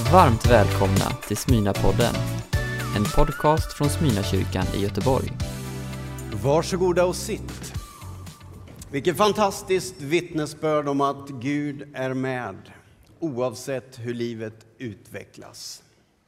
Varmt välkomna till Smyrnapodden, en podcast från Smyrnakyrkan i Göteborg. Varsågoda och sitt. Vilket fantastiskt vittnesbörd om att Gud är med, oavsett hur livet utvecklas.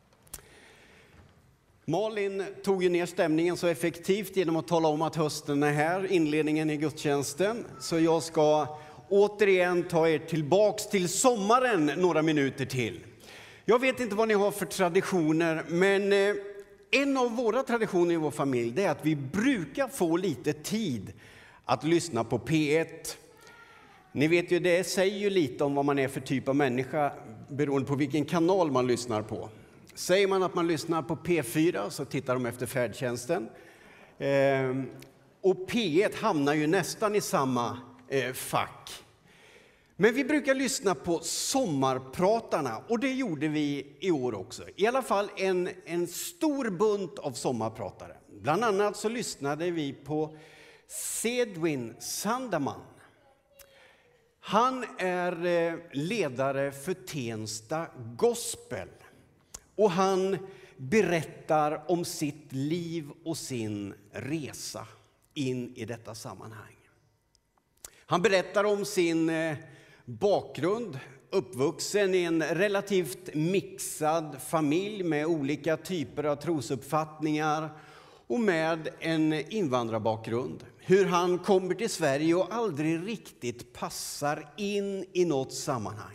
Malin tog ju ner stämningen så effektivt genom att tala om att hösten är här, inledningen i gudstjänsten. Så jag ska återigen ta er tillbaks till sommaren några minuter till. Jag vet inte vad ni har för traditioner, men en av våra traditioner i vår familj det är att vi brukar få lite tid att lyssna på P1. Ni vet ju, det säger ju lite om vad man är för typ av människa beroende på vilken kanal man lyssnar på. Säger man att man lyssnar på P4 så tittar de efter färdtjänsten. Och P1 hamnar ju nästan i samma fack. Men vi brukar lyssna på sommarpratarna och det gjorde vi i år också. I alla fall en stor bunt av sommarpratare. Bland annat så lyssnade vi på Sedwin Sandaman. Han är ledare för Tensta Gospel. Och han berättar om sitt liv och sin resa in i detta sammanhang. Han berättar om sin bakgrund, uppvuxen i en relativt mixad familj med olika typer av trosuppfattningar och med en invandrarbakgrund. Hur han kommer till Sverige och aldrig riktigt passar in i något sammanhang.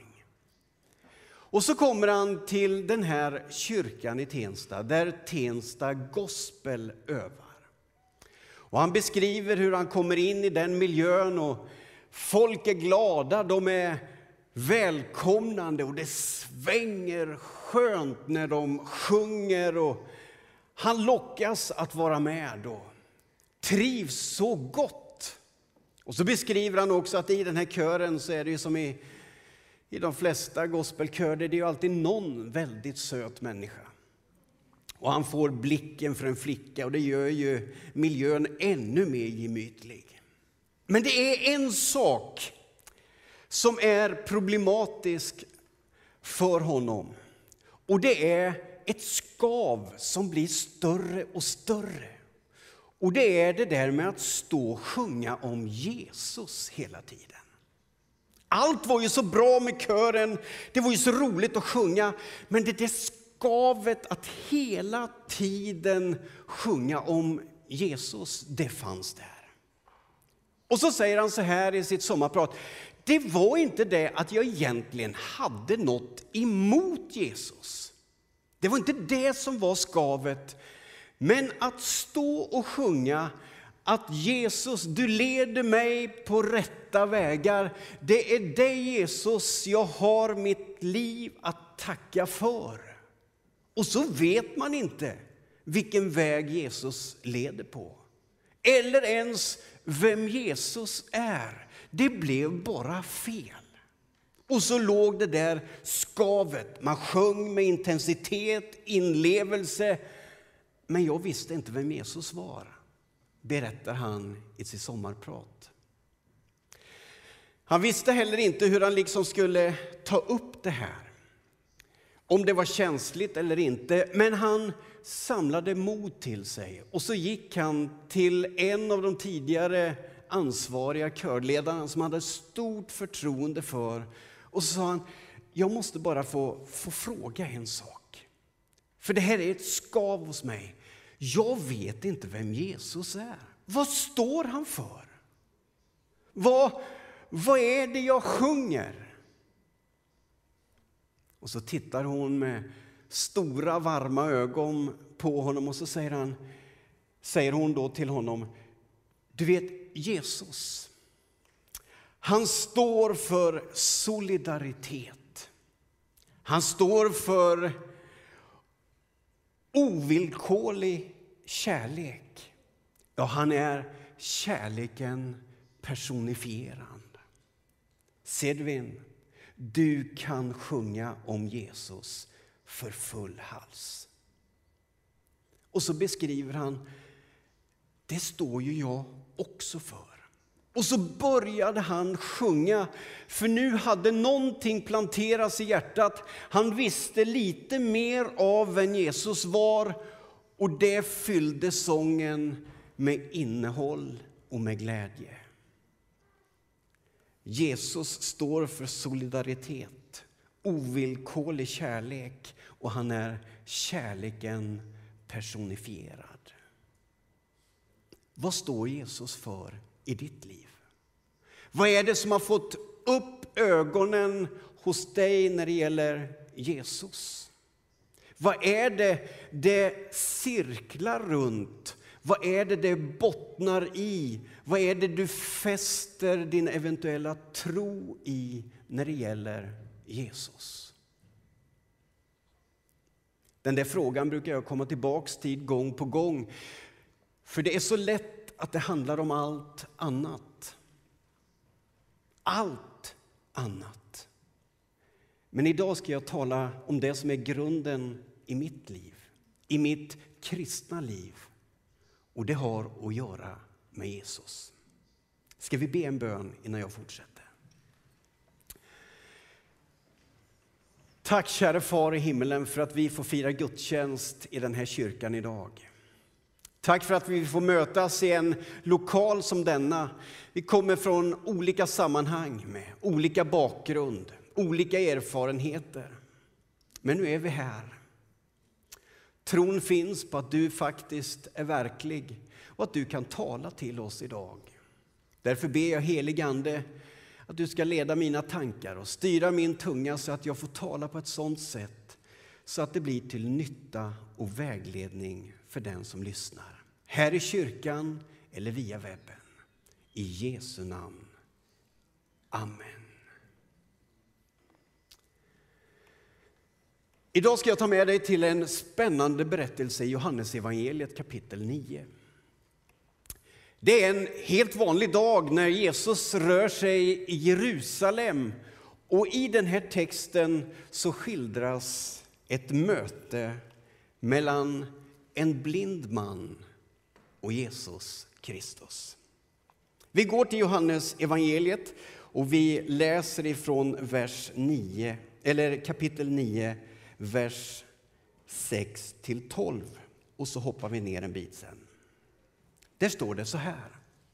Och så kommer han till den här kyrkan i Tensta, där Tensta Gospel övar. Och han beskriver hur han kommer in i den miljön och folk är glada, de är välkomnande och det svänger skönt när de sjunger och han lockas att vara med och trivs så gott. Och så beskriver han också att i den här kören så är det ju som i de flesta gospelkörer, det är ju alltid någon väldigt söt människa. Och han får blicken för en flicka och det gör ju miljön ännu mer gemytlig. Men det är en sak som är problematisk för honom. Och det är ett skav som blir större och större. Och det är det där med att stå och sjunga om Jesus hela tiden. Allt var ju så bra med kören, det var ju så roligt att sjunga. Men det skavet att hela tiden sjunga om Jesus, det fanns där. Och så säger han så här i sitt sommarprat. Det var inte det att jag egentligen hade något emot Jesus. Det var inte det som var skavet. Men att stå och sjunga att Jesus, du leder mig på rätta vägar. Det är dig Jesus, jag har mitt liv att tacka för. Och så vet man inte vilken väg Jesus leder på. Eller ens vem Jesus är. Det blev bara fel. Och så låg det där skavet. Man sjöng med intensitet, inlevelse. Men jag visste inte vem Jesus var, berättar han i sitt sommarprat. Han visste heller inte hur han liksom skulle ta upp det här. Om det var känsligt eller inte. Men han samlade mod till sig. Och så gick han till en av de tidigare ansvariga körledarna som han hade stort förtroende för. Och så sa han, jag måste bara få fråga en sak. För det här är ett skav hos mig. Jag vet inte vem Jesus är. Vad står han för? Vad är det jag sjunger? Och så tittar hon med stora varma ögon på honom och så säger hon då till honom, du vet Jesus, han står för solidaritet. Han står för ovillkorlig kärlek. Ja, han är kärleken personifierad. Sedvin, du kan sjunga om Jesus för full hals. Och så beskriver han, det står ju jag också för. Och så började han sjunga, för nu hade någonting planterats i hjärtat. Han visste lite mer av vem Jesus var, och det fyllde sången med innehåll och med glädje. Jesus står för solidaritet, ovillkorlig kärlek, och han är kärleken personifierad. Vad står Jesus för i ditt liv? Vad är det som har fått upp ögonen hos dig när det gäller Jesus? Vad är det cirklar runt? Vad är det bottnar i? Vad är det du fäster din eventuella tro i när det gäller Jesus? Den där frågan brukar jag komma tillbaks till gång på gång. För det är så lätt att det handlar om allt annat. Allt annat. Men idag ska jag tala om det som är grunden i mitt liv. I mitt kristna liv. Och det har att göra med Jesus. Ska vi be en bön innan jag fortsätter? Tack kära far i himmelen för att vi får fira gudstjänst i den här kyrkan idag. Tack för att vi får mötas i en lokal som denna. Vi kommer från olika sammanhang med olika bakgrund, olika erfarenheter. Men nu är vi här. Tron finns på att du faktiskt är verklig och att du kan tala till oss idag. Därför ber jag helige Ande att du ska leda mina tankar och styra min tunga så att jag får tala på ett sådant sätt så att det blir till nytta och vägledning för den som lyssnar. Här i kyrkan eller via webben. I Jesu namn. Amen. Idag ska jag ta med dig till en spännande berättelse i Johannes evangeliet kapitel 9. Det är en helt vanlig dag när Jesus rör sig i Jerusalem. Och i den här texten så skildras ett möte mellan en blind man och Jesus Kristus. Vi går till Johannes evangeliet och vi läser ifrån vers 9, eller kapitel 9, vers 6 till 12. Och så hoppar vi ner en bit sen. Där står det så här.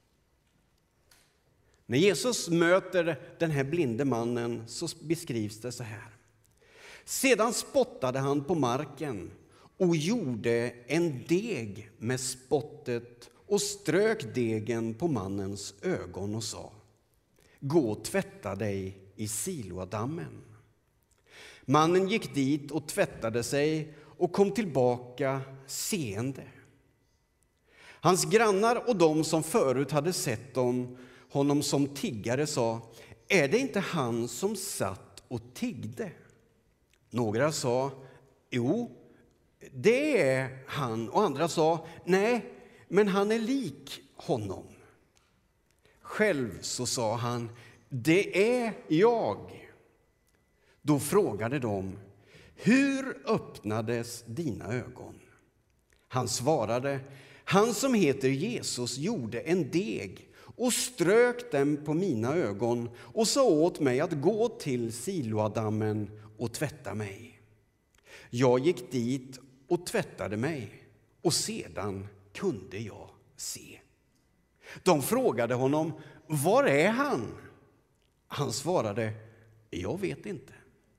När Jesus möter den här blinde mannen så beskrivs det så här. Sedan spottade han på marken och gjorde en deg med spottet och strök degen på mannens ögon och sa: gå och tvätta dig i Siloadammen. Mannen gick dit och tvättade sig och kom tillbaka seende. Hans grannar och de som förut hade sett honom som tiggare sa: är det inte han som satt och tiggde? Några sa: jo, det är han. Och andra sa: nej, men han är lik honom. Själv så sa han: det är jag. Då frågade de: hur öppnades dina ögon? Han svarade: han som heter Jesus gjorde en deg och strök den på mina ögon och sa åt mig att gå till Siloadammen och tvätta mig. Jag gick dit och tvättade mig och sedan kunde jag se. De frågade honom: var är han? Han svarade: jag vet inte.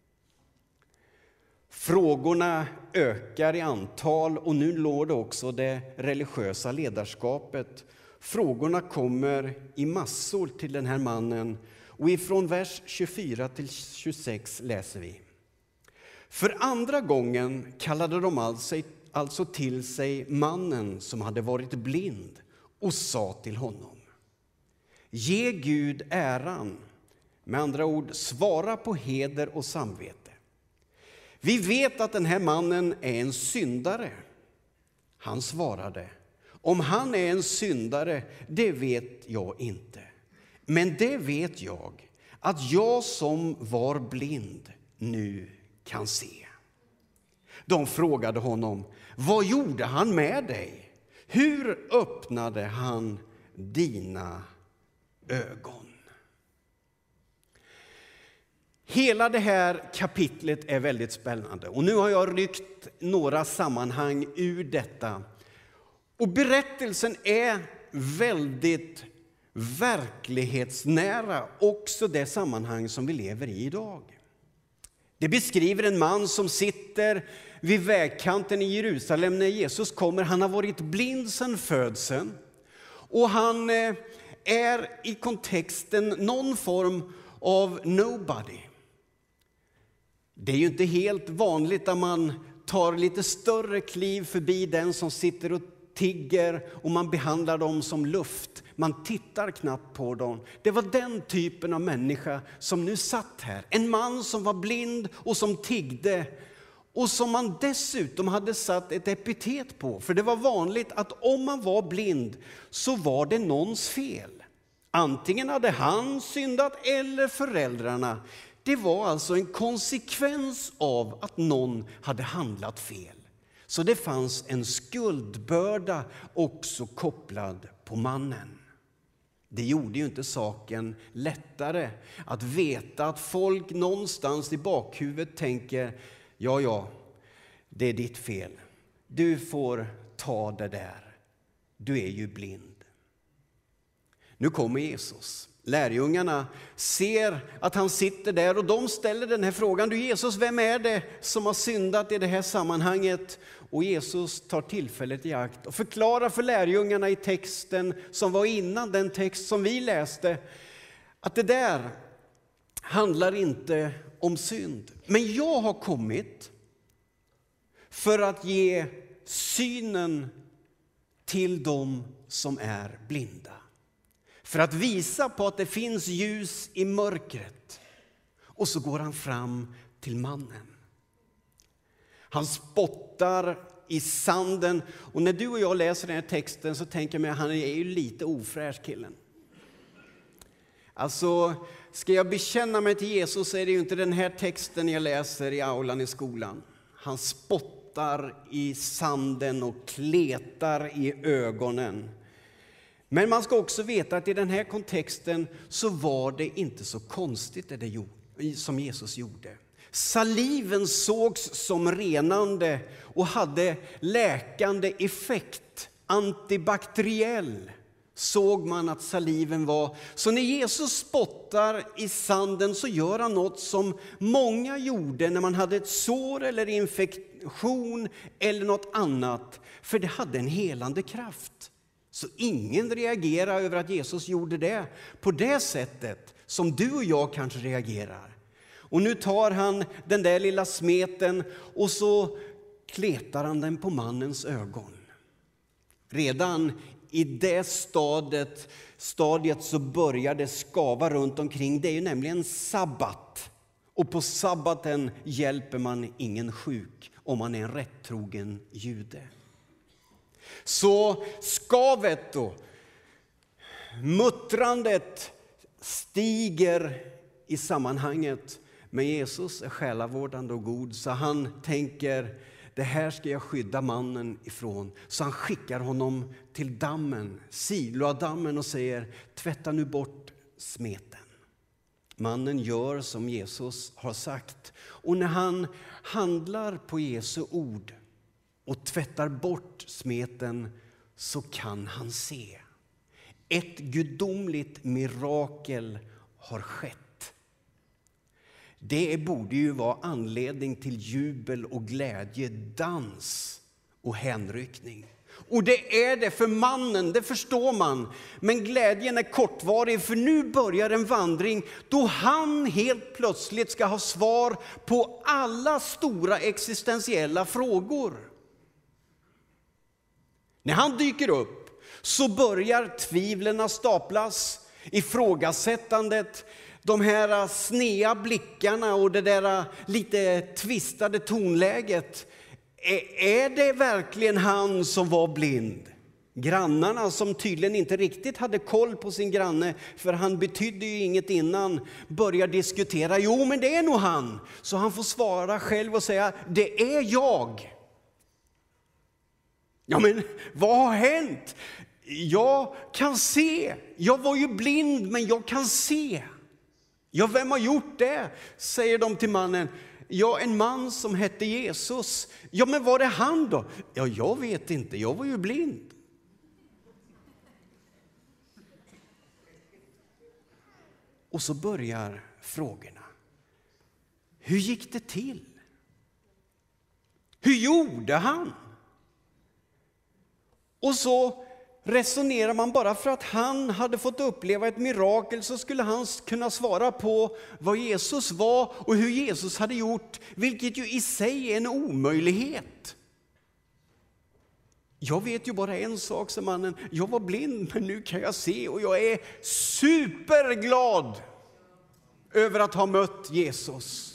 Frågorna ökar i antal och nu når det också det religiösa ledarskapet. Frågorna kommer i massor till den här mannen och ifrån vers 24 till 26 läser vi. För andra gången kallade de alltså till sig mannen som hade varit blind och sa till honom: ge Gud äran. Med andra ord, svara på heder och samvete. Vi vet att den här mannen är en syndare. Han svarade: om han är en syndare, det vet jag inte. Men det vet jag, att jag som var blind nu kan se. De frågade honom: vad gjorde han med dig? Hur öppnade han dina ögon. Hela det här kapitlet är väldigt spännande. Och nu har jag ryckt några sammanhang ur detta. Och berättelsen är väldigt verklighetsnära, också det sammanhang som vi lever i idag. Det beskriver en man som sitter vid vägkanten i Jerusalem när Jesus kommer. Han har varit blind sedan födseln. Och han är i kontexten någon form av nobody. Det är ju inte helt vanligt att man tar lite större kliv förbi den som sitter och tigger och man behandlar dem som luft. Man tittar knappt på dem. Det var den typen av människa som nu satt här. En man som var blind och som tiggde och som man dessutom hade satt ett epitet på. För det var vanligt att om man var blind så var det någons fel. Antingen hade han syndat eller föräldrarna. Det var alltså en konsekvens av att någon hade handlat fel. Så det fanns en skuldbörda också kopplad på mannen. Det gjorde ju inte saken lättare att veta att folk någonstans i bakhuvudet tänker, ja, det är ditt fel. Du får ta det där. Du är ju blind. Nu kommer Jesus. Lärjungarna ser att han sitter där och de ställer den här frågan. Du Jesus, vem är det som har syndat i det här sammanhanget? Och Jesus tar tillfället i akt och förklarar för lärjungarna i texten som var innan den text som vi läste. Att det där handlar inte om synd. Men jag har kommit för att ge synen till dem som är blinda. För att visa på att det finns ljus i mörkret. Och så går han fram till mannen. Han spottar i sanden. Och när du och jag läser den här texten så tänker jag mig att han är ju lite ofräsch killen. Alltså, ska jag bekänna mig till Jesus så är det ju inte den här texten jag läser i aulan i skolan. Han spottar i sanden och kletar i ögonen. Men man ska också veta att i den här kontexten så var det inte så konstigt det som Jesus gjorde. Saliven sågs som renande och hade läkande effekt, antibakteriell såg man att saliven var. Så när Jesus spottar i sanden så gör han något som många gjorde när man hade ett sår eller infektion eller något annat. För det hade en helande kraft. Så ingen reagerar över att Jesus gjorde det på det sättet som du och jag kanske reagerar. Och nu tar han den där lilla smeten och så kletar han den på mannens ögon. Redan i det stadiet så börjar det skava runt omkring. Det är ju nämligen sabbat. Och på sabbaten hjälper man ingen sjuk om man är en rättrogen jude. Så skavet och muttrandet stiger i sammanhanget. Men Jesus är själavårdande och god så han tänker det här ska jag skydda mannen ifrån. Så han skickar honom till dammen, Siloadammen och säger tvätta nu bort smeten. Mannen gör som Jesus har sagt. Och när han handlar på Jesu ord och tvättar bort smeten så kan han se. Ett gudomligt mirakel har skett. Det borde ju vara anledning till jubel och glädje, dans och hänryckning. Och det är det för mannen, det förstår man. Men glädjen är kortvarig för nu börjar en vandring då han helt plötsligt ska ha svar på alla stora existentiella frågor. När han dyker upp så börjar tvivlen staplas, ifrågasättandet, de här snea blickarna och det där lite tvistade tonläget. Är det verkligen han som var blind? Grannarna som tydligen inte riktigt hade koll på sin granne, för han betydde ju inget innan, börjar diskutera. Jo, men det är nog han. Så han får svara själv och säga, det är jag. Ja, men vad har hänt? jag kan se. Jag var ju blind, men jag kan se. Ja, vem har gjort det? Säger de till mannen. Ja, en man som hette Jesus. Ja, men var det han då? Ja, jag vet inte. Jag var ju blind. Och så börjar frågorna. Hur gick det till? Hur gjorde han? Och så resonerar man, bara för att han hade fått uppleva ett mirakel så skulle han kunna svara på vad Jesus var och hur Jesus hade gjort, vilket ju i sig är en omöjlighet. Jag vet ju bara en sak, sa mannen. Jag var blind, men nu kan jag se och jag är superglad över att ha mött Jesus.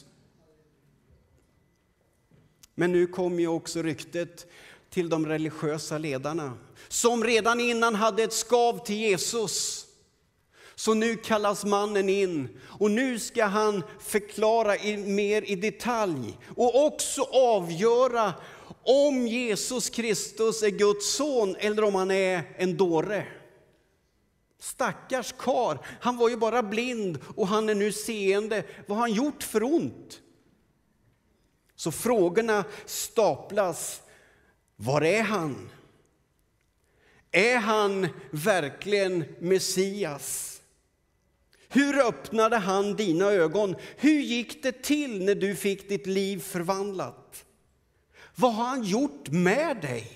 Men nu kom ju också ryktet till de religiösa ledarna, som redan innan hade ett skav till Jesus. Så nu kallas mannen in och nu ska han förklara mer i detalj och också avgöra om Jesus Kristus är Guds son eller om han är en dåre. Stackars karl, han var ju bara blind och han är nu seende. Vad har han gjort för ont? Så frågorna staplas. Var är han? Är han verkligen Messias? Hur öppnade han dina ögon? Hur gick det till när du fick ditt liv förvandlat? Vad har han gjort med dig?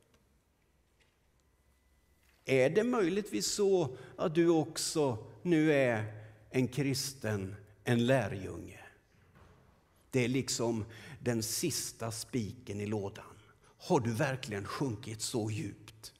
Är det möjligtvis så att du också nu är en kristen, en lärjunge? Det är liksom den sista spiken i lådan. Har du verkligen sjunkit så djupt?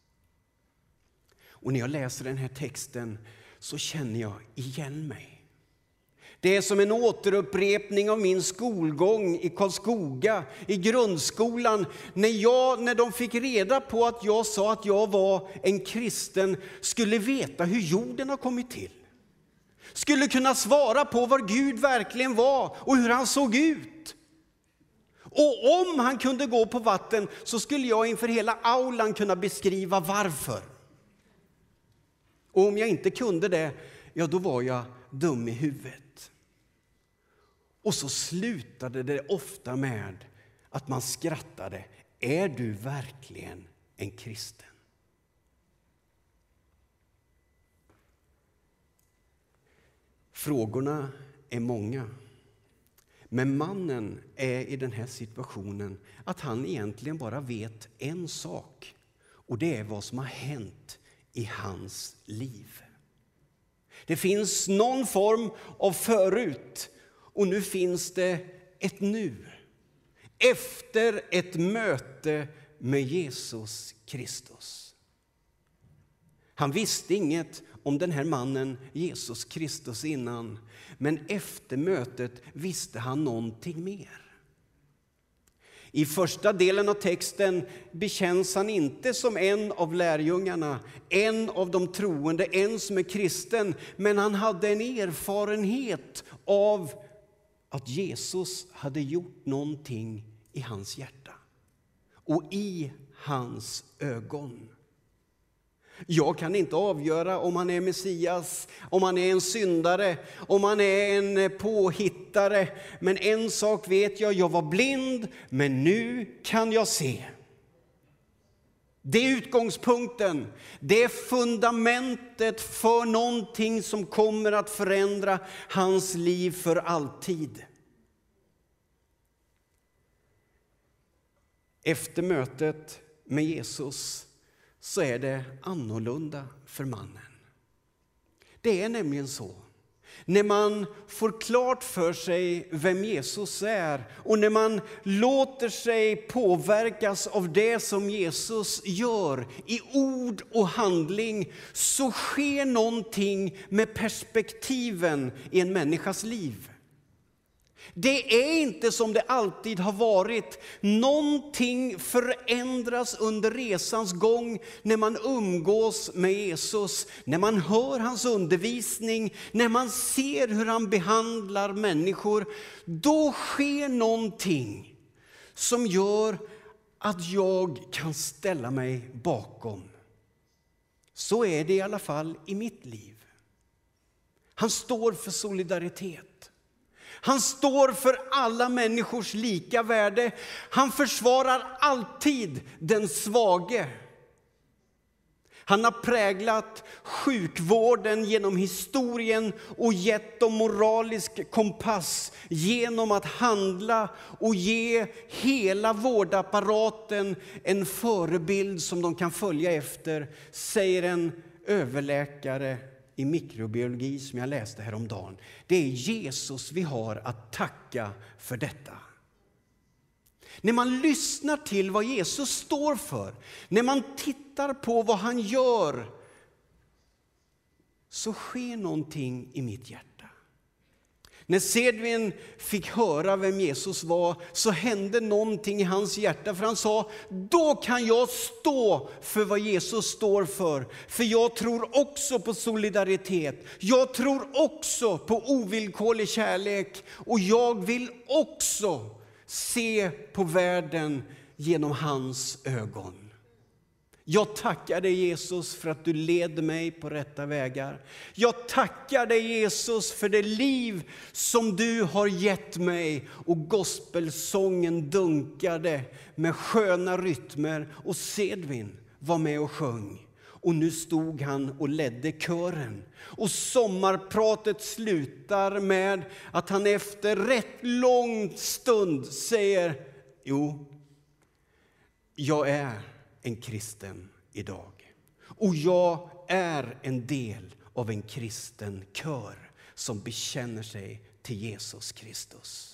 Och när jag läser den här texten så känner jag igen mig. Det är som en återupprepning av min skolgång i Karlskoga, i grundskolan. När de fick reda på att jag sa att jag var en kristen, skulle veta hur jorden har kommit till. Skulle kunna svara på var Gud verkligen var och hur han såg ut. Och om han kunde gå på vatten så skulle jag inför hela aulan kunna beskriva varför. Och om jag inte kunde det, ja då var jag dum i huvudet. Och så slutade det ofta med att man skrattade. Är du verkligen en kristen? Frågorna är många. Men mannen är i den här situationen att han egentligen bara vet en sak. Och det är vad som har hänt i hans liv. Det finns någon form av förut och nu finns det ett nu. Efter ett möte med Jesus Kristus. Han visste inget om den här mannen Jesus Kristus innan. Men efter mötet visste han någonting mer. I första delen av texten bekänns han inte som en av lärjungarna, en av de troende, en som är kristen. Men han hade en erfarenhet av att Jesus hade gjort någonting i hans hjärta och i hans ögon. Jag kan inte avgöra om han är Messias, om han är en syndare, om han är en påhittare. Men en sak vet jag var blind, men nu kan jag se. Det är utgångspunkten, det är fundamentet för någonting som kommer att förändra hans liv för alltid. Efter mötet med Jesus så är det annorlunda för mannen. Det är nämligen så. När man får klart för sig vem Jesus är och när man låter sig påverkas av det som Jesus gör i ord och handling, så sker någonting med perspektiven i en människas liv. Det är inte som det alltid har varit. Någonting förändras under resans gång när man umgås med Jesus, när man hör hans undervisning, när man ser hur han behandlar människor. Då sker någonting som gör att jag kan ställa mig bakom. Så är det i alla fall i mitt liv. Han står för solidaritet. Han står för alla människors lika värde. Han försvarar alltid den svage. Han har präglat sjukvården genom historien och gett dem moralisk kompass genom att handla och ge hela vårdapparaten en förebild som de kan följa efter, säger en överläkare i mikrobiologi som jag läste häromdagen. Det är Jesus vi har att tacka för detta. När man lyssnar till vad Jesus står för, när man tittar på vad han gör, så sker någonting i mitt hjärta. När Sedvin fick höra vem Jesus var, så hände någonting i hans hjärta. För han sa, då kan jag stå för vad Jesus står för. För jag tror också på solidaritet. Jag tror också på ovillkorlig kärlek. Och jag vill också se på världen genom hans ögon. Jag tackar dig Jesus för att du leder mig på rätta vägar. Jag tackar dig Jesus för det liv som du har gett mig. Och gospelsången dunkade med sköna rytmer. Och Sedvin var med och sjöng. Och nu stod han och ledde kören. Och sommarpratet slutar med att han efter rätt lång stund säger, jo, jag är en kristen idag. Och jag är en del av en kristen kör som bekänner sig till Jesus Kristus.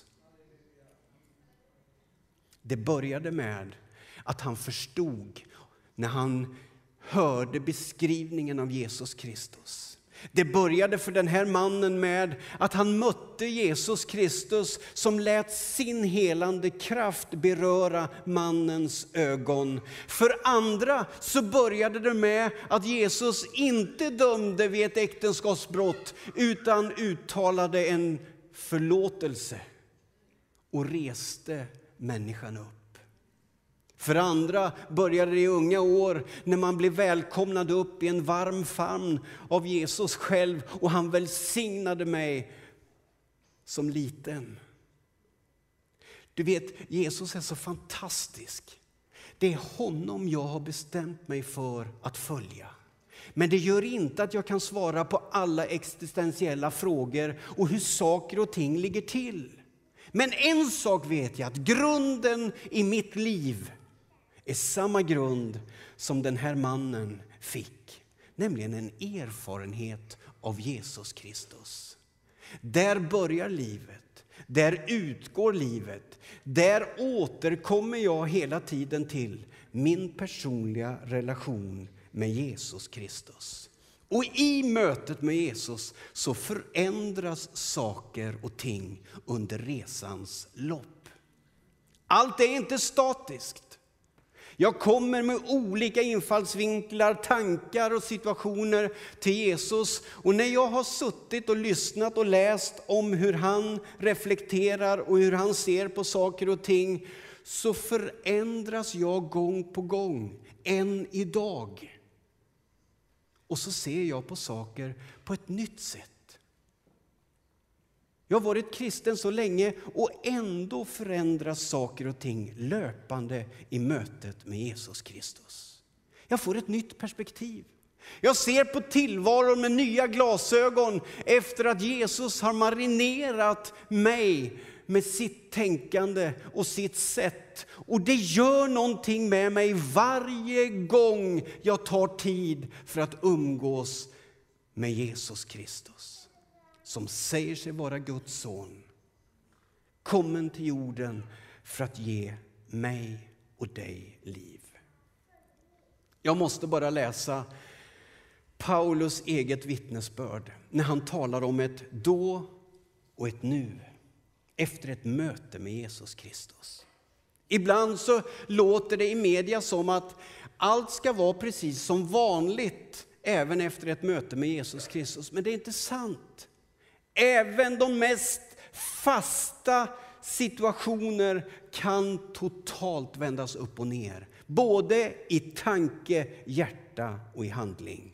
Det började med att han förstod när han hörde beskrivningen av Jesus Kristus. Det började för den här mannen med att han mötte Jesus Kristus som lät sin helande kraft beröra mannens ögon. För andra så började det med att Jesus inte dömde vid ett äktenskapsbrott utan uttalade en förlåtelse och reste människan upp. För andra började det i unga år när man blev välkomnad upp i en varm famn av Jesus själv och han välsignade mig som liten. Du vet, Jesus är så fantastisk. Det är honom jag har bestämt mig för att följa. Men det gör inte att jag kan svara på alla existentiella frågor och hur saker och ting ligger till. Men en sak vet jag, att grunden i mitt liv är samma grund som den här mannen fick. Nämligen en erfarenhet av Jesus Kristus. Där börjar livet. Där utgår livet. Där återkommer jag hela tiden till min personliga relation med Jesus Kristus. Och i mötet med Jesus så förändras saker och ting under resans lopp. Allt är inte statiskt. Jag kommer med olika infallsvinklar, tankar och situationer till Jesus. Och när jag har suttit och lyssnat och läst om hur han reflekterar och hur han ser på saker och ting, så förändras jag gång på gång, än idag. Och så ser jag på saker på ett nytt sätt. Jag har varit kristen så länge och ändå förändras saker och ting löpande i mötet med Jesus Kristus. Jag får ett nytt perspektiv. Jag ser på tillvaron med nya glasögon efter att Jesus har marinerat mig med sitt tänkande och sitt sätt. Och det gör någonting med mig varje gång jag tar tid för att umgås med Jesus Kristus. Som säger sig vara Guds son, kommen till jorden för att ge mig och dig liv. Jag måste bara läsa Paulus eget vittnesbörd när han talar om ett då och ett nu efter ett möte med Jesus Kristus. Ibland så låter det i media som att allt ska vara precis som vanligt även efter ett möte med Jesus Kristus, men det är inte sant. Även de mest fasta situationer kan totalt vändas upp och ner. Både i tanke, hjärta och i handling.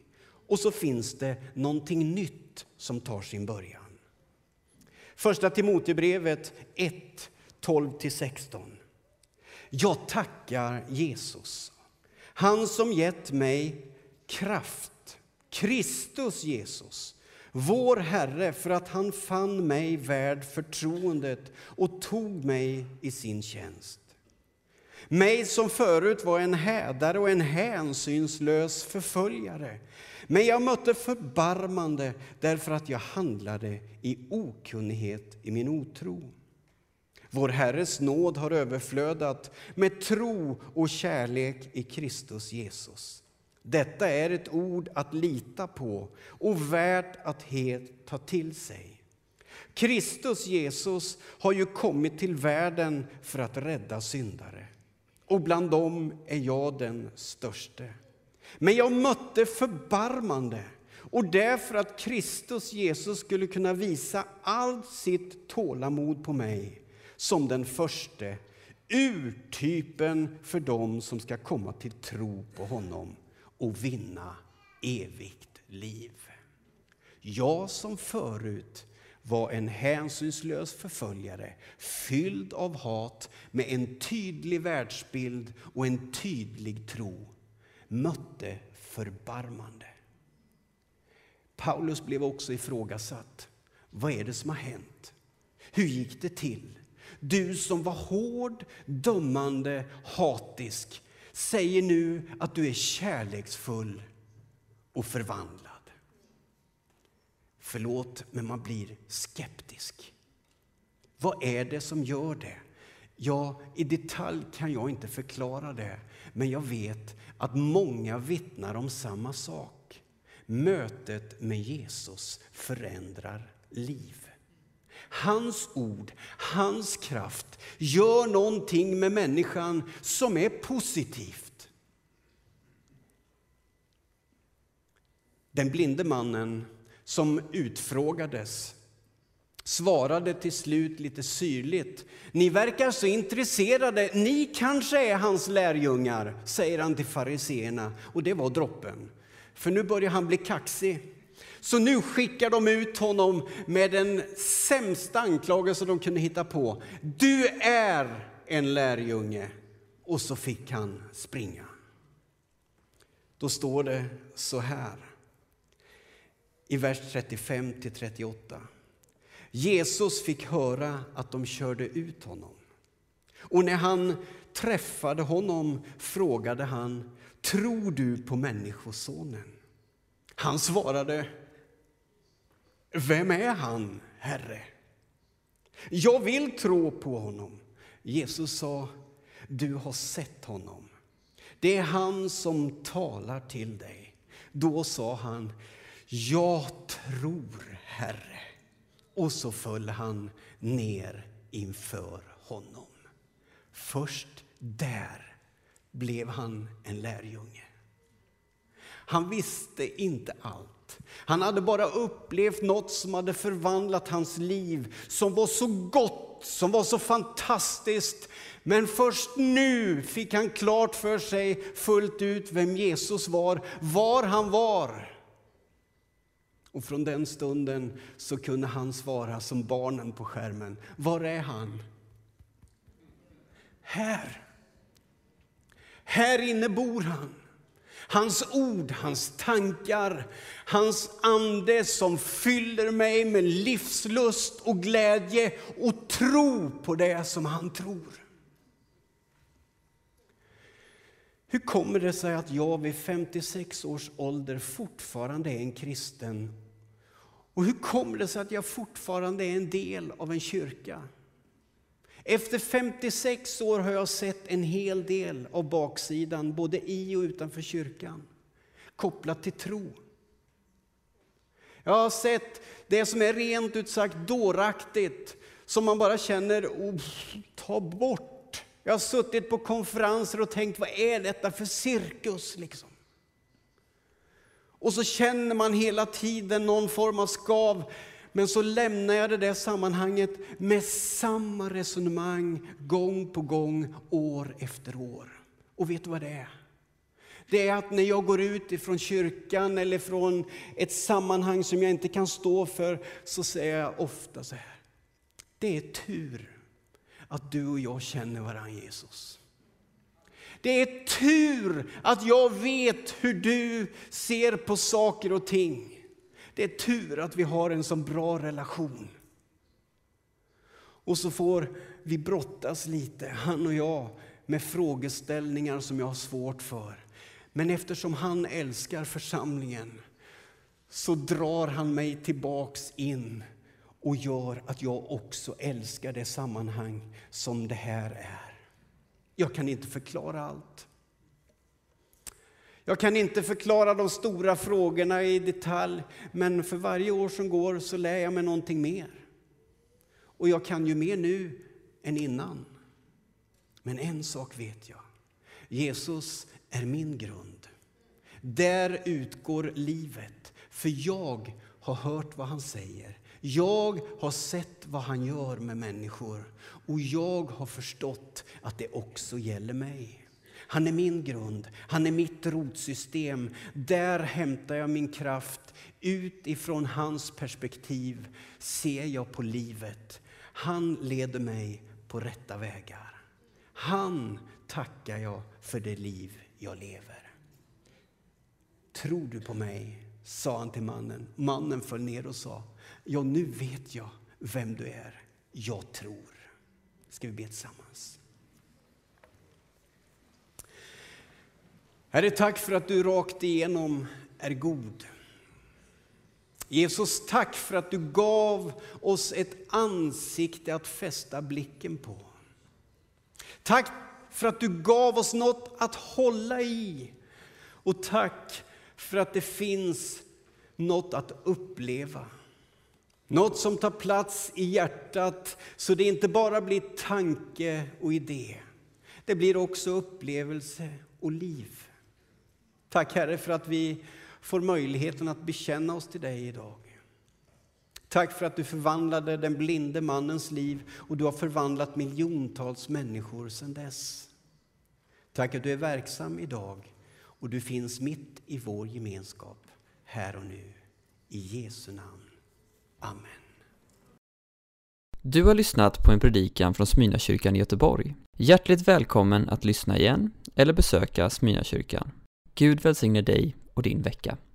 och så finns det någonting nytt som tar sin början. Första Timoteusbrevet 1, 12-16. Jag tackar Jesus, han som gett mig kraft, Kristus Jesus, vår Herre, för att han fann mig värd förtroendet och tog mig i sin tjänst. Mig som förut var en hädare och en hänsynslös förföljare. Men jag mötte förbarmande därför att jag handlade i okunnighet i min otro. Vår Herres nåd har överflödat med tro och kärlek i Kristus Jesus. Detta är ett ord att lita på och värt att helt ta till sig. Kristus Jesus har ju kommit till världen för att rädda syndare. Och bland dem är jag den störste. Men jag mötte förbarmande, och därför att Kristus Jesus skulle kunna visa allt sitt tålamod på mig som den förste, urtypen för dem som ska komma till tro på honom och vinna evigt liv. Jag som förut var en hänsynslös förföljare, fylld av hat, med en tydlig världsbild och en tydlig tro, mötte förbarmande. Paulus blev också ifrågasatt. Vad är det som har hänt? Hur gick det till? Du som var hård, dömande, hatisk, säger nu att du är kärleksfull och förvandlad. Förlåt, men man blir skeptisk. Vad är det som gör det? Ja, i detalj kan jag inte förklara det, men jag vet att många vittnar om samma sak. Mötet med Jesus förändrar liv. Hans ord, hans kraft gör någonting med människan som är positivt. Den blinde mannen som utfrågades svarade till slut lite syrligt. Ni verkar så intresserade, ni kanske är hans lärjungar, säger han till fariseerna. Och det var droppen. För nu börjar han bli kaxig. Så nu skickar de ut honom med den sämsta anklagelse de kunde hitta på. Du är en lärjunge. Och så fick han springa. Då står det så här i vers 35-38. Jesus fick höra att de körde ut honom. Och när han träffade honom frågade han: tror du på Människosonen? Han svarade: vem är han, Herre? Jag vill tro på honom. Jesus sa: du har sett honom. Det är han som talar till dig. Då sa han: jag tror, Herre. Och så föll han ner inför honom. Först där blev han en lärjunge. Han visste inte allt. Han hade bara upplevt något som hade förvandlat hans liv, som var så gott, som var så fantastiskt. Men först nu fick han klart för sig fullt ut vem Jesus var han var. Och från den stunden så kunde han svara som barnen på skärmen: var är han? Här. Här inne bor han. Hans ord, hans tankar, hans ande som fyller mig med livslust och glädje och tro på det som han tror. Hur kommer det sig att jag vid 56 års ålder fortfarande är en kristen? Och hur kommer det sig att jag fortfarande är en del av en kyrka? Efter 56 år har jag sett en hel del av baksidan, både i och utanför kyrkan, kopplat till tro. Jag har sett det som är rent ut sagt dåraktigt, som man bara känner: ta bort. Jag har suttit på konferenser och tänkt: vad är detta för cirkus liksom? Och så känner man hela tiden någon form av skav. Men så lämnar jag det där sammanhanget med samma resonemang gång på gång, år efter år. Och vet du vad det är? Det är att när jag går ut ifrån kyrkan eller från ett sammanhang som jag inte kan stå för, så säger jag ofta så här: det är tur att du och jag känner varandra, Jesus. Det är tur att jag vet hur du ser på saker och ting. Det är tur att vi har en så bra relation. Och så får vi brottas lite, han och jag, med frågeställningar som jag har svårt för. Men eftersom han älskar församlingen så drar han mig tillbaks in och gör att jag också älskar det sammanhang som det här är. Jag kan inte förklara allt. Jag kan inte förklara de stora frågorna i detalj, men för varje år som går så lär jag mig någonting mer. Och jag kan ju mer nu än innan. Men en sak vet jag: Jesus är min grund. Där utgår livet, för jag har hört vad han säger. Jag har sett vad han gör med människor, och jag har förstått att det också gäller mig. Han är min grund, han är mitt rotsystem. Där hämtar jag min kraft. Utifrån hans perspektiv ser jag på livet. Han leder mig på rätta vägar. Han tackar jag för det liv jag lever. Tror du på mig? Sa han till mannen. Mannen föll ner och sa: ja, nu vet jag vem du är. Jag tror. Ska vi be tillsammans? Herre, tack för att du rakt igenom är god. Jesus, tack för att du gav oss ett ansikte att fästa blicken på. Tack för att du gav oss något att hålla i. Och tack för att det finns något att uppleva. Något som tar plats i hjärtat, så det inte bara blir tanke och idé. Det blir också upplevelse och liv. Tack Herre för att vi får möjligheten att bekänna oss till dig idag. Tack för att du förvandlade den blinde mannens liv, och du har förvandlat miljontals människor sedan dess. Tack att du är verksam idag, och du finns mitt i vår gemenskap här och nu. I Jesu namn. Amen. Du har lyssnat på en predikan från Smyrnakyrkan i Göteborg. Hjärtligt välkommen att lyssna igen eller besöka Smyrnakyrkan. Gud välsigne dig och din vecka.